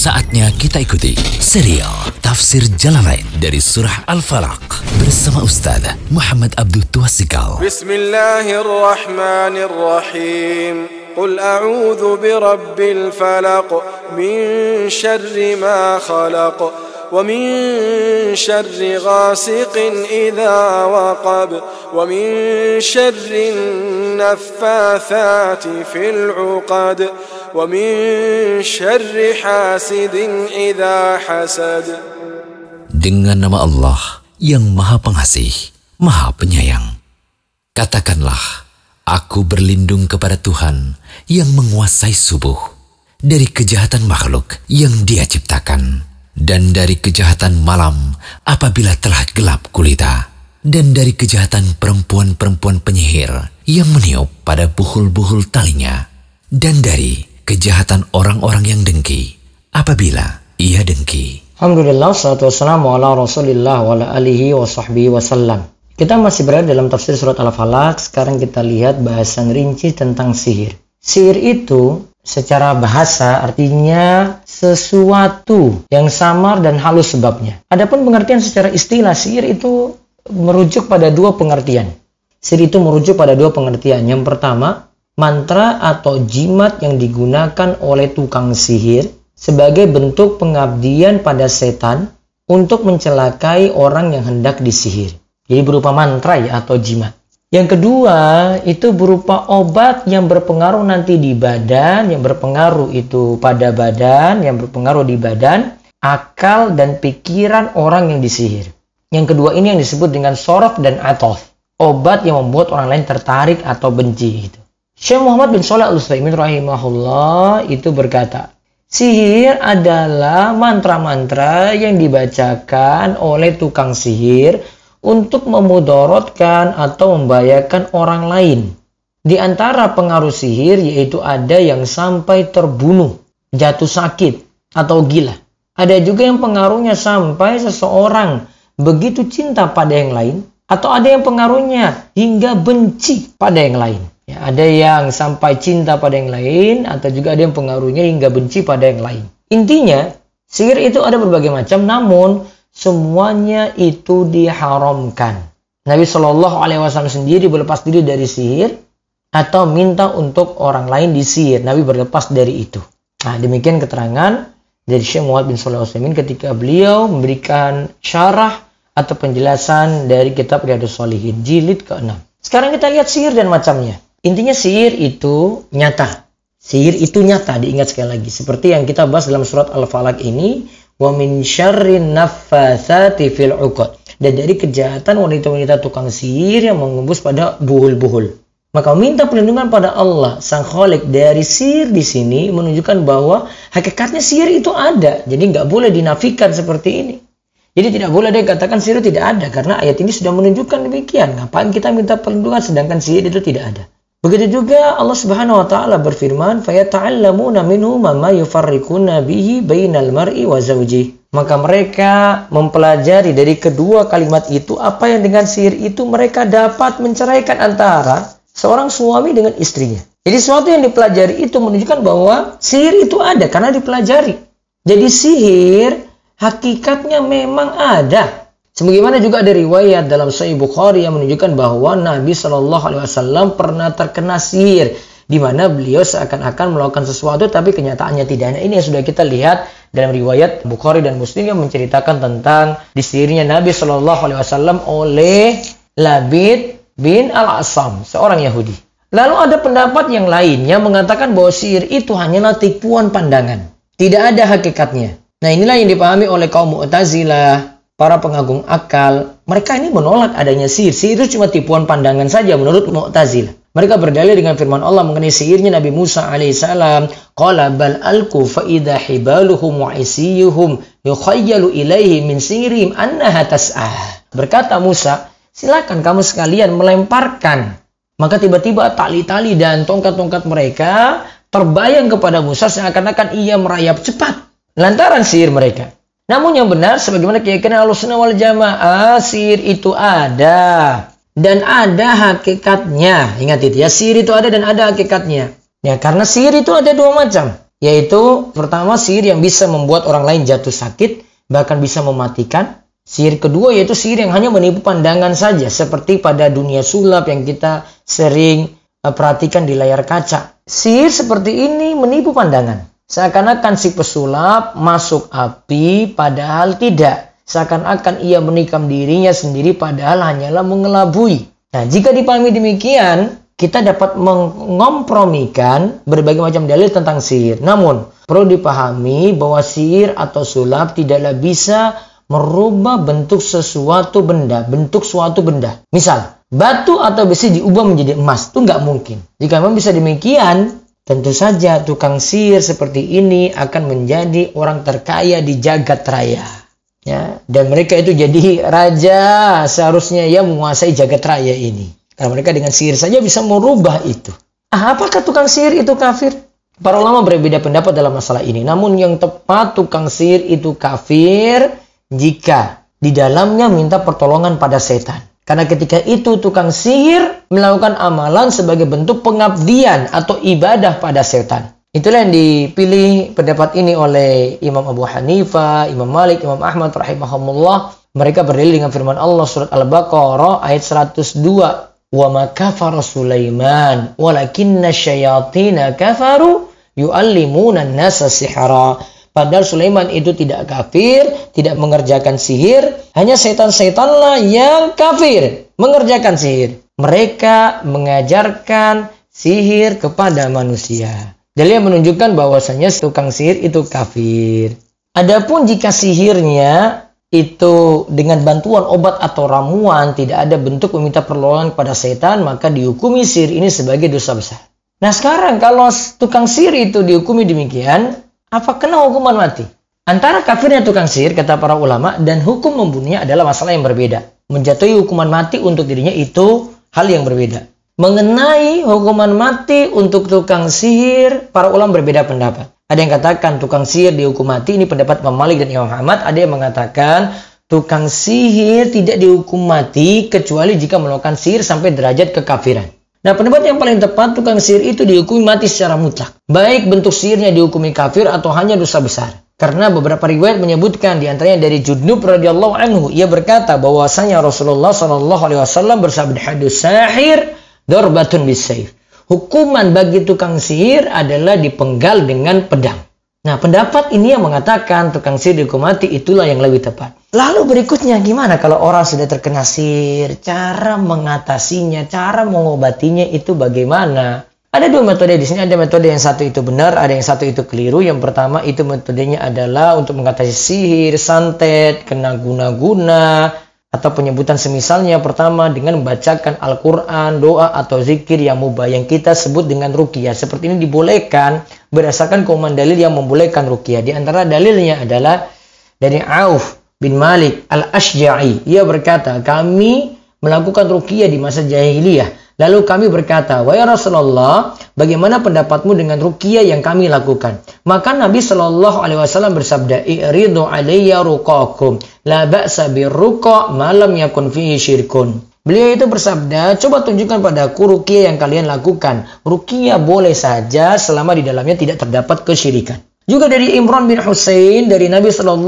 Saatnya kita ikuti serial Tafsir Jalalain dari Surah Al-Falaq bersama Ustaz Muhammad Abdul Tuasikal. Bismillahirrahmanirrahim. Qul a'udzu birabbil falaq min syarri ma khalaq wa min syarri ghasiqin idza waqab wa min syarri naffatsati fil 'uqad wa min syarri hasidin idza hasad. Dengan nama Allah yang Maha Pengasih, Maha Penyayang. Katakanlah, aku berlindung kepada Tuhan yang menguasai subuh, dari kejahatan makhluk yang Dia ciptakan, dan dari kejahatan malam apabila telah gelap gulita, dan dari kejahatan perempuan-perempuan penyihir yang meniup pada buhul-buhul talinya, dan dari kejahatan orang-orang yang dengki apabila ia dengki. Alhamdulillah, salatu wassalamu ala rasulillah wa ala alihi wa sahbihi wasallam. Kita masih berada dalam tafsir surat Al-Falaq. Sekarang kita lihat bahasan rinci tentang sihir. Sihir itu secara bahasa artinya sesuatu yang samar dan halus sebabnya. Adapun pengertian secara istilah, sihir itu merujuk pada dua pengertian. Sihir itu merujuk pada dua pengertian. Yang pertama, mantra atau jimat yang digunakan oleh tukang sihir sebagai bentuk pengabdian pada setan untuk mencelakai orang yang hendak disihir. Jadi berupa mantra ya, atau jimat. Yang kedua, itu berupa obat yang berpengaruh nanti di badan, yang berpengaruh itu pada badan, yang berpengaruh di badan, akal dan pikiran orang yang disihir. Yang kedua ini yang disebut dengan sorof dan atof. Obat yang membuat orang lain tertarik atau benci. Gitu. Syekh Muhammad bin Shalih Al-Utsaimin rahimahullah itu berkata, sihir adalah mantra-mantra yang dibacakan oleh tukang sihir untuk memudorotkan atau membahayakan orang lain. Di antara pengaruh sihir yaitu ada yang sampai terbunuh, jatuh sakit, atau gila. Ada juga yang pengaruhnya sampai seseorang begitu cinta pada yang lain, atau ada yang pengaruhnya hingga benci pada yang lain. Ya, ada yang sampai cinta pada yang lain, atau juga ada yang pengaruhnya hingga benci pada yang lain. Intinya, sihir itu ada berbagai macam, namun semuanya itu diharamkan. Nabi Shallallahu Alaihi Wasallam sendiri berlepas diri dari sihir atau minta untuk orang lain disihir. Nabi berlepas dari itu. Nah, demikian keterangan dari Syekh Muhammad bin Shalih Al-Utsaimin ketika beliau memberikan syarah atau penjelasan dari kitab Riyadhus Shalihin jilid ke-6. Sekarang kita lihat sihir dan macamnya. Intinya sihir itu nyata. Sihir itu nyata, diingat sekali lagi. Seperti yang kita bahas dalam surat Al-Falaq ini, wa min syarrin naffatsati fil 'uqad. Dan dari kejahatan wanita-wanita tukang sihir yang mengembus pada buhul-buhul. Maka minta perlindungan pada Allah Sang Khalik dari sihir di sini menunjukkan bahwa hakikatnya sihir itu ada. Jadi nggak boleh dinafikan seperti ini. Jadi tidak boleh dia katakan sihir tidak ada, karena ayat ini sudah menunjukkan demikian. Ngapain kita minta perlindungan sedangkan sihir itu tidak ada? Begitu juga Allah Subhanahu wa taala berfirman, "Fayata'allamuna minhu ma yufarriquna bihi bainal mar'i wa zawjihi." Maka mereka mempelajari dari kedua kalimat itu apa yang dengan sihir itu mereka dapat menceraikan antara seorang suami dengan istrinya. Jadi sesuatu yang dipelajari itu menunjukkan bahwa sihir itu ada karena dipelajari. Jadi sihir hakikatnya memang ada. Sebagaimana juga ada riwayat dalam Sahih Bukhari yang menunjukkan bahwa Nabi Shallallahu Alaihi Wasallam pernah terkena sihir, di mana beliau seakan-akan melakukan sesuatu tapi kenyataannya tidak. Nah, ini yang sudah kita lihat dalam riwayat Bukhari dan Muslim yang menceritakan tentang disihirnya Nabi Shallallahu Alaihi Wasallam oleh Labid bin Al-Asam, seorang Yahudi. Lalu ada pendapat yang lain yang mengatakan bahwa sihir itu hanyalah tipuan pandangan, tidak ada hakikatnya. Nah, inilah yang dipahami oleh kaum Mu'tazilah, para pengagung akal. Mereka ini menolak adanya sihir. Sihir itu cuma tipuan pandangan saja menurut Mu'tazilah. Mereka berdalil dengan firman Allah mengenai sihirnya Nabi Musa alaihissalam. Qala bal alqu fa idza hibaluhum wa isiyuhum yukhayyalu ilaihi min sirihim annaha tas'ah. Berkata Musa, silakan kamu sekalian melemparkan. Maka tiba-tiba tali-tali dan tongkat-tongkat mereka terbayang kepada Musa seakan-akan ia merayap cepat lantaran sihir mereka. Namun yang benar sebagaimana keyakinan Ahlussunnah wal Jamaah, sihir itu ada dan ada hakikatnya. Ingat itu ya, sihir itu ada dan ada hakikatnya. Ya, karena sihir itu ada dua macam. Yaitu pertama, sihir yang bisa membuat orang lain jatuh sakit, bahkan bisa mematikan. Sihir kedua yaitu sihir yang hanya menipu pandangan saja, seperti pada dunia sulap yang kita sering perhatikan di layar kaca. Sihir seperti ini menipu pandangan. Seakan-akan si pesulap masuk api, padahal tidak. Seakan-akan ia menikam dirinya sendiri, padahal hanyalah mengelabui. Nah, jika dipahami demikian, kita dapat mengompromikan berbagai macam dalil tentang sihir. Namun, perlu dipahami bahwa sihir atau sulap tidaklah bisa merubah bentuk suatu benda. Misal, batu atau besi diubah menjadi emas. Itu nggak mungkin. Jika memang bisa demikian, tentu saja tukang sihir seperti ini akan menjadi orang terkaya di jagat raya. Ya, dan mereka itu jadi raja, seharusnya ia menguasai jagat raya ini. Karena mereka dengan sihir saja bisa merubah itu. Apakah tukang sihir itu kafir? Para ulama berbeda pendapat dalam masalah ini. Namun yang tepat, tukang sihir itu kafir jika di dalamnya minta pertolongan pada setan. Karena ketika itu tukang sihir melakukan amalan sebagai bentuk pengabdian atau ibadah pada setan. Itulah yang dipilih pendapat ini oleh Imam Abu Hanifah, Imam Malik, Imam Ahmad rahimahumullah. Mereka berdalil dengan firman Allah surat Al-Baqarah ayat 102. Wa ma kafara Sulaiman walakinna syayatina kafaru yu'allimuna an-nasa sihra. Padahal Sulaiman itu tidak kafir, tidak mengerjakan sihir, hanya setan-setanlah yang kafir mengerjakan sihir. Mereka mengajarkan sihir kepada manusia. Dalil yang menunjukkan bahwasanya tukang sihir itu kafir. Adapun jika sihirnya itu dengan bantuan obat atau ramuan, tidak ada bentuk meminta pertolongan kepada setan, maka dihukumi sihir ini sebagai dosa besar. Nah sekarang kalau tukang sihir itu dihukumi demikian, apa kena hukuman mati? Antara kafirnya tukang sihir, kata para ulama, dan hukum membunuhnya adalah masalah yang berbeda. Menjatuhi hukuman mati untuk dirinya itu hal yang berbeda. Mengenai hukuman mati untuk tukang sihir, para ulama berbeda pendapat. Ada yang katakan tukang sihir dihukum mati, ini pendapat Imam Malik dan Imam Ahmad. Ada yang mengatakan tukang sihir tidak dihukum mati kecuali jika melakukan sihir sampai derajat kekafiran. Nah, pendapat yang paling tepat, tukang sihir itu dihukumi mati secara mutlak. Baik bentuk sihirnya dihukumi kafir atau hanya dosa besar. Karena beberapa riwayat menyebutkan, di antaranya dari Jundub radhiyallahu anhu, ia berkata bahwasanya Rasulullah SAW bersabda, hadus sahir darbatun bisayf. Hukuman bagi tukang sihir adalah dipenggal dengan pedang. Nah, pendapat ini yang mengatakan tukang sihir dihukum mati, itulah yang lebih tepat. Lalu berikutnya, gimana kalau orang sudah terkena sihir? Cara mengatasinya, cara mengobatinya itu bagaimana? Ada dua metode di sini. Ada metode yang satu itu benar, ada yang satu itu keliru. Yang pertama itu metodenya adalah untuk mengatasi sihir, santet, kena guna-guna, atau penyebutan semisalnya. Pertama dengan membacakan Al-Quran, doa atau zikir yang mubah yang kita sebut dengan ruqyah. Seperti ini dibolehkan berdasarkan keumuman dalil yang membolehkan ruqyah. Di antara dalilnya adalah dari Auf bin Malik Al-Ashja'i. Ia berkata, kami melakukan ruqyah di masa jahiliyah. Lalu kami berkata, wahai Rasulullah, bagaimana pendapatmu dengan ruqyah yang kami lakukan? Maka Nabi SAW bersabda, i'ridu alayya ruqakum, la ba'sa birruqa ma lam yakun fihi syirkun. Beliau itu bersabda, coba tunjukkan padaku ruqyah yang kalian lakukan. Ruqyah boleh saja selama di dalamnya tidak terdapat kesyirikan. Juga dari Imran bin Husain dari Nabi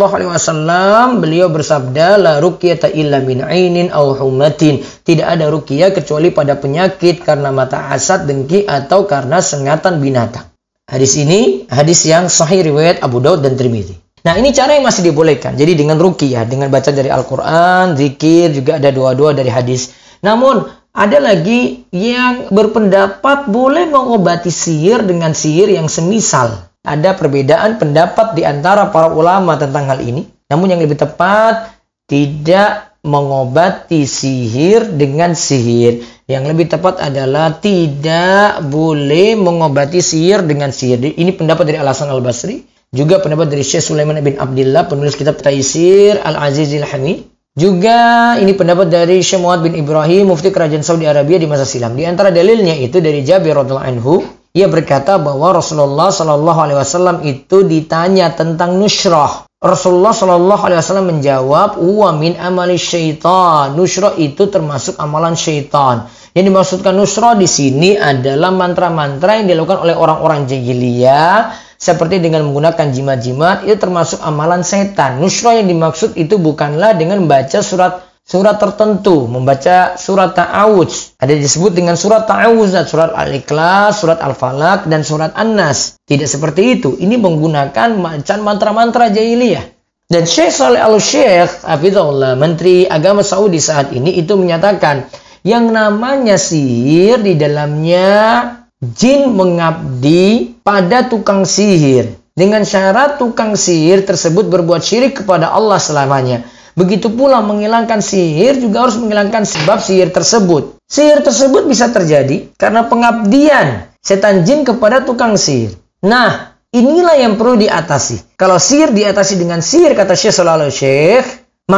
SAW, beliau bersabda, la ruqyata illa min ainin aw humatin. Tidak ada ruqyah kecuali pada penyakit karena mata hasad, dengki, atau karena sengatan binatang. Hadis ini hadis yang sahih riwayat Abu Daud dan Tirmidzi. Nah, ini cara yang masih dibolehkan. Jadi dengan ruqyah, dengan baca dari Al-Quran, zikir, juga ada doa-doa dari hadis. Namun ada lagi yang berpendapat boleh mengobati sihir dengan sihir yang semisal. Ada perbedaan pendapat di antara para ulama tentang hal ini. Namun yang lebih tepat, tidak mengobati sihir dengan sihir. Yang lebih tepat adalah tidak boleh mengobati sihir dengan sihir. Ini pendapat dari Al-Hasan Al-Basri. Juga pendapat dari Syekh Sulaiman bin Abdillah, penulis kitab Taisir Al-Azizil Hamid. Juga ini pendapat dari Syekh Muhammad bin Ibrahim, mufti kerajaan Saudi Arabia di masa silam. Di antara dalilnya itu dari Jabir radhiyallahu anhu. Ia berkata bahwa Rasulullah SAW itu ditanya tentang nushrah. Rasulullah SAW menjawab, "Wa min amali syaitan." Nushrah itu termasuk amalan syaitan. Yang dimaksudkan nushrah di sini adalah mantra-mantra yang dilakukan oleh orang-orang jahiliyah seperti dengan menggunakan jimat-jimat, itu termasuk amalan setan. Nusra yang dimaksud itu bukanlah dengan membaca surat tertentu, membaca surat ta'awudz. Ada disebut dengan surat ta'awudz, surat Al-Ikhlas, surat Al-Falaq, dan surat An-Nas. Tidak seperti itu. Ini menggunakan bacaan mantra-mantra jahiliyah. Dan Syekh Shalih Al-Syekh, hafizahullah, Menteri Agama Saudi saat ini itu menyatakan, yang namanya sihir di dalamnya jin mengabdi pada tukang sihir. Dengan syarat tukang sihir tersebut berbuat syirik kepada Allah selamanya. Begitu pula menghilangkan sihir juga harus menghilangkan sebab sihir tersebut. Sihir tersebut bisa terjadi karena pengabdian setan jin kepada tukang sihir. Nah, inilah yang perlu diatasi. Kalau sihir diatasi dengan sihir, kata Syekh Shalih Al-Syekh,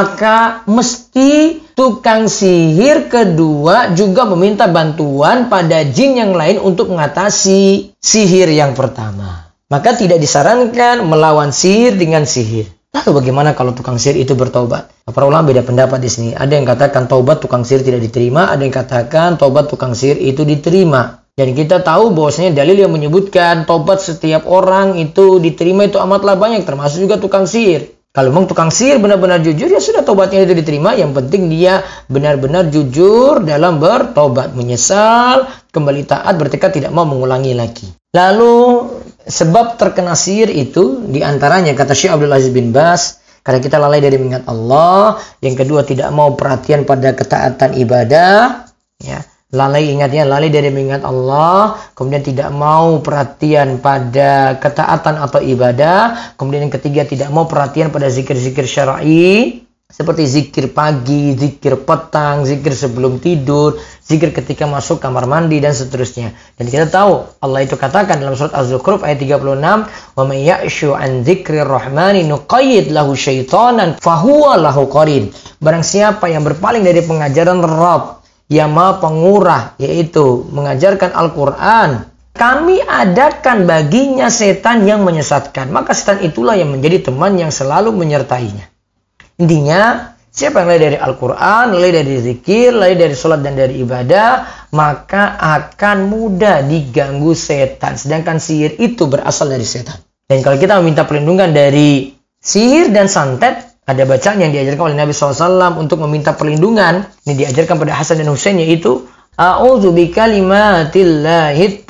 maka mesti tukang sihir kedua juga meminta bantuan pada jin yang lain untuk mengatasi sihir yang pertama. Maka tidak disarankan melawan sihir dengan sihir. Lalu bagaimana kalau tukang sihir itu bertobat? Para ulama beda pendapat di sini. Ada yang katakan taubat tukang sihir tidak diterima, ada yang katakan taubat tukang sihir itu diterima. Dan kita tahu bahwasanya dalil yang menyebutkan taubat setiap orang itu diterima itu amatlah banyak, termasuk juga tukang sihir. Kalau memang tukang sihir benar-benar jujur, ya sudah tobatnya itu diterima. Yang penting dia benar-benar jujur dalam bertobat, menyesal, kembali taat, bertekad tidak mau mengulangi lagi. Lalu sebab terkena sihir itu diantaranya kata Syekh Abdul Aziz bin Baz, karena kita lalai dari mengingat Allah. Yang kedua, tidak mau perhatian pada ketaatan ibadah, ya. Lalai dari mengingat Allah, kemudian tidak mau perhatian pada ketaatan atau ibadah, kemudian yang ketiga tidak mau perhatian pada zikir-zikir syar'i seperti zikir pagi, zikir petang, zikir sebelum tidur, zikir ketika masuk kamar mandi dan seterusnya. Dan kita tahu Allah itu katakan dalam surat Az-Zukhruf ayat 36, "Wa may ya'shu an dzikrir rahmani nuqayyid lahu syaitanan fahuwa lahu qarin." Barang siapa yang berpaling dari pengajaran Rabb yang Maha Pengurah, yaitu mengajarkan Al-Quran, kami adakan baginya setan yang menyesatkan. Maka setan itulah yang menjadi teman yang selalu menyertainya. Intinya, siapa yang lari dari Al-Quran, lari dari zikir, lari dari sholat dan dari ibadah, maka akan mudah diganggu setan. Sedangkan sihir itu berasal dari setan. Dan kalau kita meminta perlindungan dari sihir dan santet, ada bacaan yang diajarkan oleh Nabi SAW untuk meminta perlindungan. Ini diajarkan pada Hasan dan Husain, yaitu A'udzu bikalimatillahi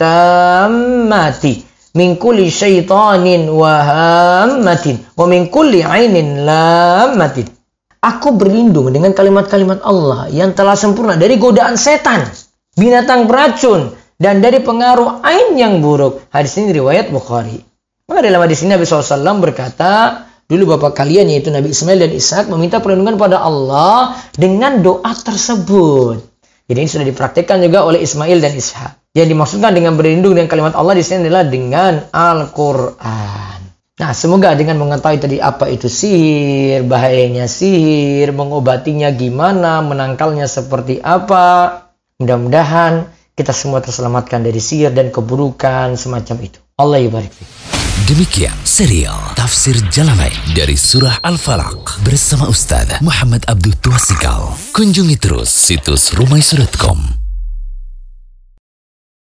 tammati min kulli syaitanin wa hammatin wa min kulli ainin lammatin. Aku berlindung dengan kalimat-kalimat Allah yang telah sempurna dari godaan setan, binatang beracun, dan dari pengaruh ain yang buruk. Hadis ini riwayat Bukhari. Maka dalam hadis ini Nabi SAW berkata, dulu bapak kalian yaitu Nabi Ismail dan Ishak meminta perlindungan pada Allah dengan doa tersebut. Jadi ini sudah dipraktikkan juga oleh Ismail dan Ishak. Yang dimaksudkan dengan berlindung dengan kalimat Allah di sini adalah dengan Al-Quran. Nah, semoga dengan mengetahui tadi apa itu sihir, bahayanya sihir, mengobatinya gimana, menangkalnya seperti apa, mudah-mudahan kita semua terselamatkan dari sihir dan keburukan semacam itu. Allah yubarik fiik. Demikian serial Tafsir Jalalain dari Surah Al-Falaq bersama Ustaz Muhammad Abdul Tuasikal. Kunjungi terus situs rumaisurat.com.